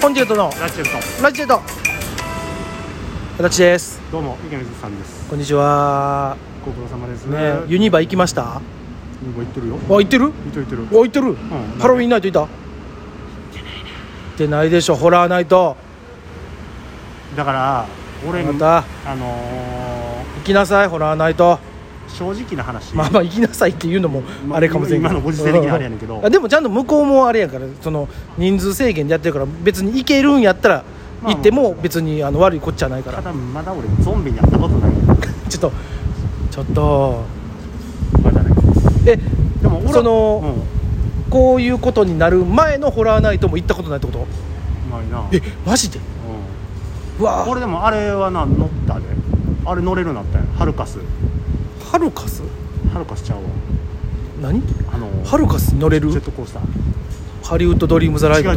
コンチェルトのラチェルトラジチェルト私です。 どうも池水さんです。 こんにちは。 ご苦労様ですね。ユニバ行きました？ ユニバ行ってるよ。 行ってる？ 行ってる。 行ってる。ハロウィンナイトいた？行ってないでしょ。ホラーナイトだから俺また行きなさい。ホラーナイト正直な話、 まあ行きなさいっていうのもあれかもしれんけど、 今のご時世的にあれやねんけどでもちゃんと向こうもあれやから、その人数制限でやってるから、別に行けるんやったら行っても別に悪いこっちゃないから。 ただまだ俺ゾンビに会ったことないちょっとまだね。 でも俺その、こういうことになる前のホラーナイトも行ったことないってこと？ ないな。 マジで？うわ俺でもあれは乗ったで。あれ乗れるようになったんや。ハルカスちゃうわ。 何？ハルカス乗れる？ ジェットコースター。 ハリウッドドリームザライド。 違う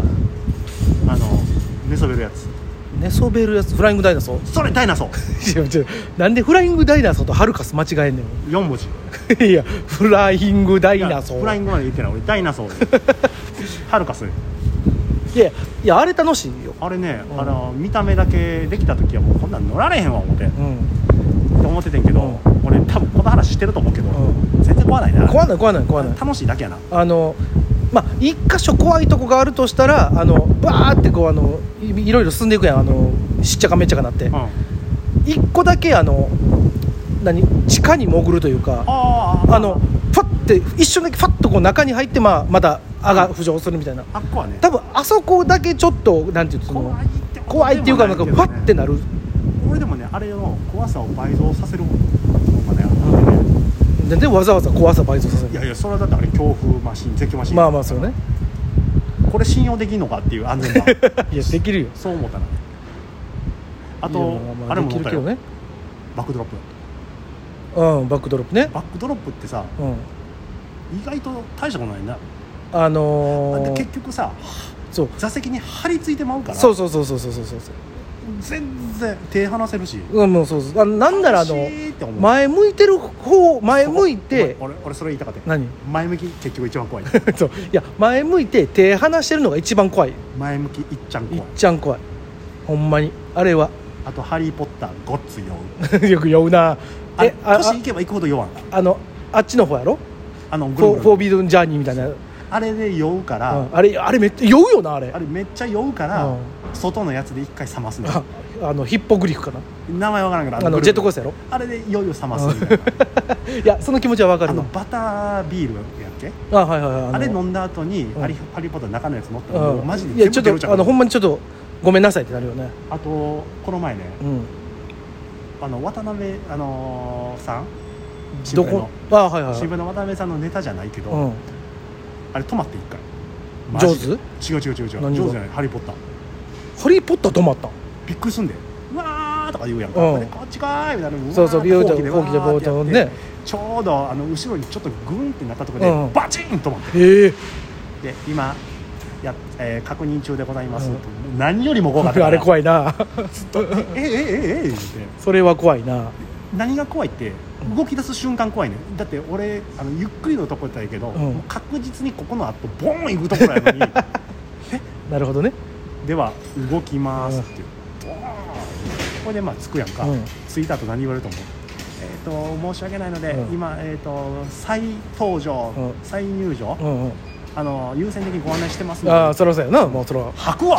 寝そべるやつ。 寝そべるやつ。フライングダイナソー。 それダイナソー。 違うなんでフライングダイナソーとハルカス間違えんねん。 4文字。 いやフライングダイナソー。 フライングまで言ってない。俺ダイナソーハルカス。 いやあれ楽しいよ。 あれね、見た目だけできた時はもうこんなん乗られへんわ思って、って思っててんけど、俺多分この話してると思うけど、全然怖ないな。 怖ない楽しいだけやな。 一箇所怖いとこがあるとしたら、バーってこういろいろ進んでいくやん。しっちゃかめっちゃかなって、一個だけ地下に潜るというか、ファッて一瞬だけファッとこう中に入って、また浮上するみたいな。 あっこはね、 多分あそこだけちょっとなんていうの、怖いっていうか、なんかファッてなる。 俺でもね、あれの怖さを倍増させるのがね、 なんでわざわざ怖さ倍増させる？ いやそれはだってあれ恐怖マシン、絶叫マシン。 まあそうね。 これ信用できんのかっていう安全版。 いやできるよ。 そう思ったな。あとあれも乗ったよね。バックドロップ。 バックドロップね。 バックドロップってさ、意外と大したことないな。結局さ、そう座席に張り付いてまうから。そう全然手離せるし。 もうそうなんなら前向いてる方、前向いて。 俺それ言いたかった。 何？ 前向き結局一番怖い。 そういや前向いて手離してるのが一番怖い。 前向きいっちゃん怖い。 ほんまにあれは。 あとハリーポッターごっつ酔う。よく酔うな。 年行けば行くほど酔わん。 あっちの方やろ。フォービドンジャーニーみたいな。 あれで酔うから、 あれめっちゃ酔うよな。あれめっちゃ酔うから、外のやつで一回冷ますの。 ヒッポグリフかな、 名前わからんけど、 ジェットコースターやろ。 あれで酔いを冷ますみたいな。 いやその気持ちはわかる。 バタービールやっけ。あれ飲んだ後にハリーポッターの中のやつ乗ったら、マジで全部出るじゃん。 いやちょっとほんまにちょっとごめんなさいってなるよね。 あとこの前ね、渡辺さん、 どこ？ 渋谷の渡辺さんのネタじゃないけど、あれ止まって一回。 ジョーズ？ 違うジョーズじゃない。ハリーポッター止まった。 びっくりすんで、うわーとか言うやんか、こっちかーみたいな。 そう飛行機でボートね。 ちょうど後ろにちょっとグンってなったところでバチンと止まって、で今確認中でございます、何よりも怖かった。 あれ怖いな。 ずっとってそれは怖いな。 何が怖いって動き出す瞬間怖いね。だって俺ゆっくりのとこやったんやけど、もう確実にここの後ボーン行くところやのになるほどね。では動きますっていう、これで着くやんか、着いた後何言われると思う？申し訳ないので、今再登場、再入場、優先的にご案内してますので。 そりゃそうやな。もうそれは吐くわ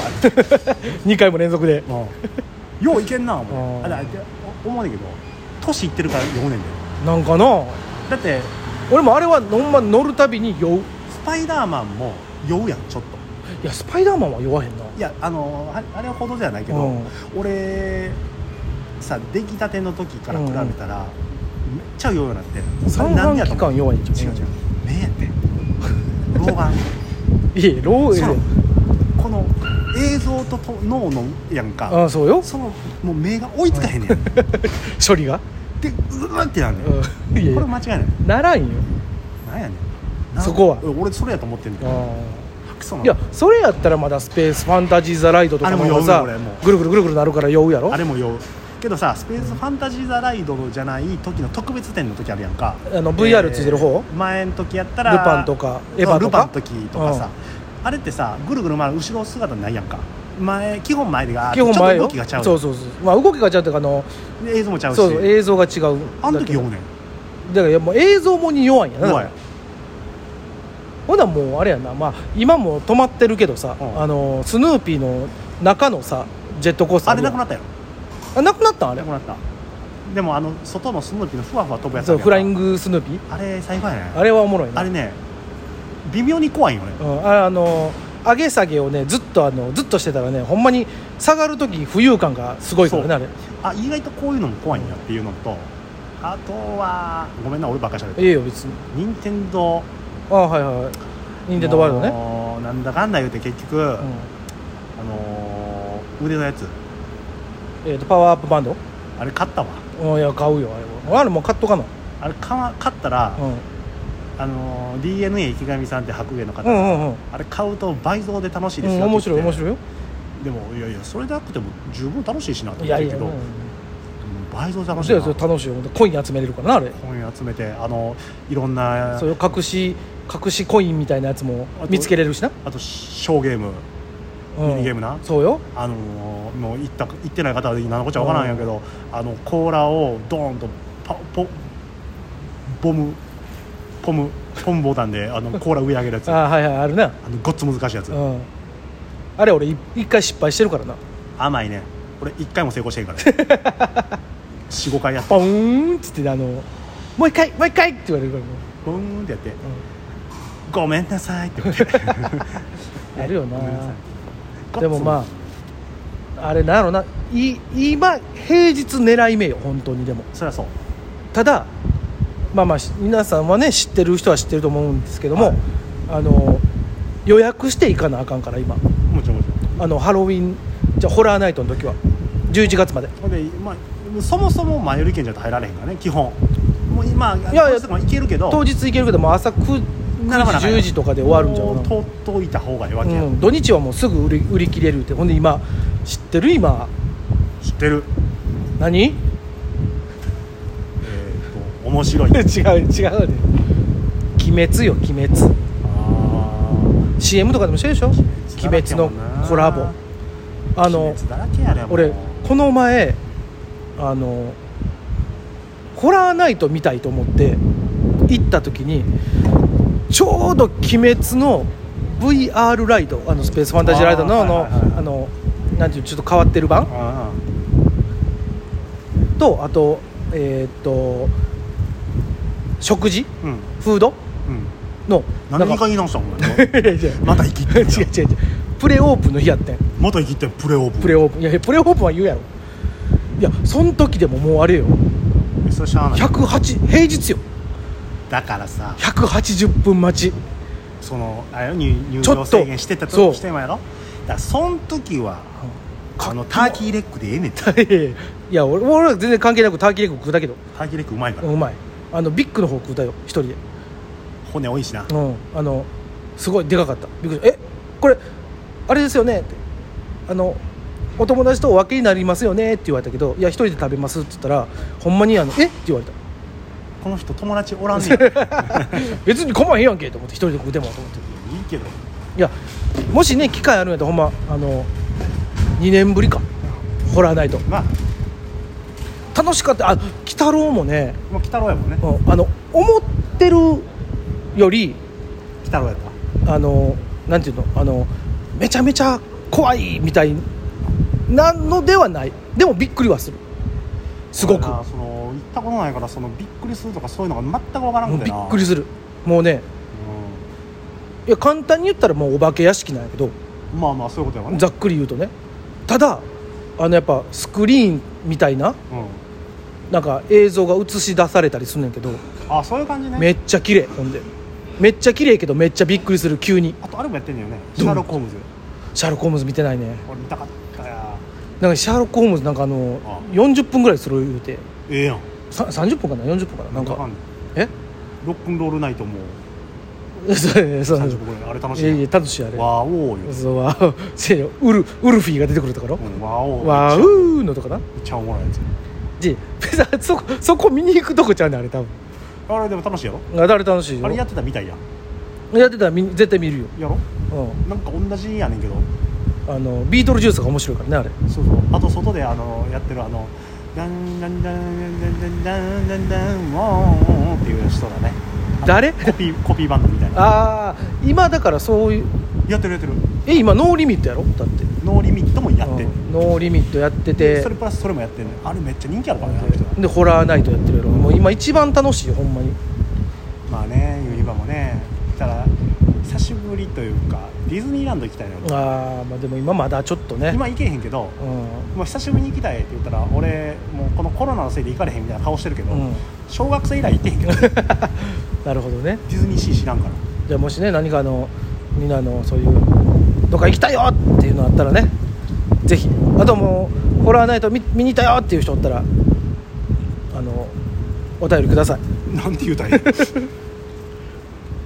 2回も連続でよういけんな思うねんけど、年いってるから酔うねんだよ。 なんかな。だって俺もあれはほんま乗るたびに酔う。 スパイダーマンも酔うやんちょっと。 いやスパイダーマンは酔わへんな。 いやあれはほどじゃないけど、俺さ出来たての時から比べたら、めっちゃ酔うようになってる。 三半期間弱いんちゃう目やって老眼。 いや老眼。 この映像と脳のやんか。 そうよ。 もう目が追いつかへんねん処理がでってなんねん。これ間違いない。 ならんよ。 なんやねんそこは。 俺それやと思ってんだよ。 いやそれやったらまだスペースファンタジーザライドとかもさ、ぐるぐるなるから酔うやろ。 あれも酔うけどさ、スペースファンタジーザライドじゃない時の特別展の時あるやんか。 VR ついてる方、 前の時やったらルパンとかエヴァとか、 ルパンの時とかさ、 あれってさぐるぐる回る後ろ姿ないやんか。基本前でが基本前よ。 ちょっと動きがちゃう。 そう、まあ、動きがちゃうっていうか映像もちゃうし。 そう映像が違う。 あの時読むねん。 だからもう映像もに弱いんやな。 弱い。 ほなもうあれやな、まあ、今も止まってるけどさ、スヌーピーの中のさジェットコースターあれなくなったよ。 なくなったんあれ。 なくなった。でも外のスヌーピーのふわふわ飛ぶやつそうフライングスヌーピーあれ最高やね。 あれはおもろいな。 あれね微妙に怖いよね。 上げ下げをねずっとしてたらねほんまに下がるとき浮遊感がすごいからねあれ。 意外とこういうのも怖いんやっていうのと、あとはごめんな俺ばっかりしゃべって。 いいよ別に。 任天堂任天堂ワールドね。 なんだかんだ言うて結局、腕のやつパワーアップバンドあれ買ったわ。 いや買うよあれもう買っとかな。 あれ買ったら、DNA 池上さんって白芸の方、あれ買うと倍増で楽しいですよって面白いよ。 でもいやそれでなくても十分楽しいしなと思ってるけど、倍増楽しいな。 そう楽しいよ。コイン集めれるからなあれ。 コイン集めていろんなそういう隠しコインみたいなやつも見つけれるしな。 あと小ゲーム、ミニゲームな。そうよ。もう行ってない方は何のこっちゃ分からんやけど、コーラをドーンとポムボタンでコーラ上上げるやつあるな。 ごっつ難しいやつ、 あれ俺一回失敗してるからな。 甘いね。俺一回も成功してんから 4,5 回やった。 ポーンっつってもう一回って言われるからポーンってやって、ごめんなさいって言ってあるよな。でもまああれなんやろな、今平日狙い目よ本当に。でもそりゃそう。 ただまあ皆さんはね知ってる人は知ってると思うんですけども、予約していかなあかんから今。 もちろんハロウィンじゃホラーナイトの時は11月まで。 そもそも前売り券じゃ入られへんからね基本。もう今いや行けるけど当日行けるけども朝9時10時とかで終わるんじゃん。 取っといた方がいいわけや、 土日はもうすぐ売り切れるって。ほんで今知ってる何面白い違うね。鬼滅よ鬼滅。CM とかでもしてるでしょ鬼滅のコラボ。俺この前ホラーナイト見たいと思って行った時にちょうど鬼滅の VR ライドスペースファンタジーライドのなんていうちょっと変わってる版とあと食事、フードの何が言い直したんまた生きって違うプレオープンの日やってん。 また生きってプレオープンいやプレオープンは言うやろ。いやその時でももうあれよ108平日よ。 だからさ 180分待ち。 入場制限してたとしてもやろ。だからその時はターキーレッグでええねんて。 いや俺は全然関係なくターキーレッグ食うだけど。 ターキーレッグうまいから。 うまい。ビッグの方食うたよ一人で。 骨多いしな。 すごいでかかった。びっくりした。これあれですよねってお友達とお分けになりますよねって言われたけど、いや一人で食べますって言ったらほんまにって言われた。 この人友達おらんねん別に構わへんやんけと思って一人で食うてもと思って。 いいけど。 いやもしね機会あるんやったらほんま2年ぶりかホラーナイト、楽しかった。鬼太郎もね。 鬼太郎やもんね。 思ってるより鬼太郎やったなんていうのめちゃめちゃ怖いみたいなのではない。でもびっくりはする。すごく行ったことないからびっくりするとかそういうのが全く分からんくてな。 びっくりする。もうね、いや簡単に言ったらもうお化け屋敷なんやけど、 そういうことやわね。 ざっくり言うとね。ただやっぱスクリーンみたいな、なんか映像が映し出されたりすんねんけど、 そういう感じね。 めっちゃ綺麗。ほんでめっちゃ綺麗けどめっちゃびっくりする急に。 あとあれもやってんねんよね。シャーロック・ホームズ。 シャーロック・ホームズ見てないね。 俺見たかったや。 なんかシャーロック・ホームズなんか40分ぐらいする言うて。 やん。 30分かな40分かななんかロックンロールナイトもそう 30分ぐらいあれ楽しい。 いや楽しいあれ。 ワーオーよ。 そうワーウルフィーが出てくるところ。ワーウーのとかな。めっちゃおもろいやつ。 そこ見に行くとこちゃうねあれ多分。 あれでも楽しいやろ。 あれ楽しいよ。 あれやってたみたいやん。 やってたら絶対見るよ。 やろ、なんか同じやねんけど、 ビートルジュースが面白いからねあれ。 そうあと外でやってるダンダンダンダンダンダンダンダンモーンっていう人だね。 誰？ コピーバンドみたいな。 ああ、今だからそういうやってる今ノーリミットやろ。だってノーリミットもやってる、 ノーリミットやってて、 それプラスそれもやってる。あれめっちゃ人気あるからね。 でホラーナイトやってるやろ。もう今一番楽しいよほんまに。 まあね、ユニバもね、ただ久しぶりというかディズニーランド行きたいな。 まあでも今まだちょっとね、 今行けへんけど、もう久しぶりに行きたいって言ったら、俺もうこのコロナのせいで行かれへんみたいな顔してるけど、小学生以来行ってへんけどなるほどね。 ディズニーシー知らんから。 じゃあもしね、何かみんなそういうどっか行きたいよっていうのあったらね、ぜひ。あともうホラーナイト 見に行ったよっていう人おったらお便りください。 なんて言うたらいい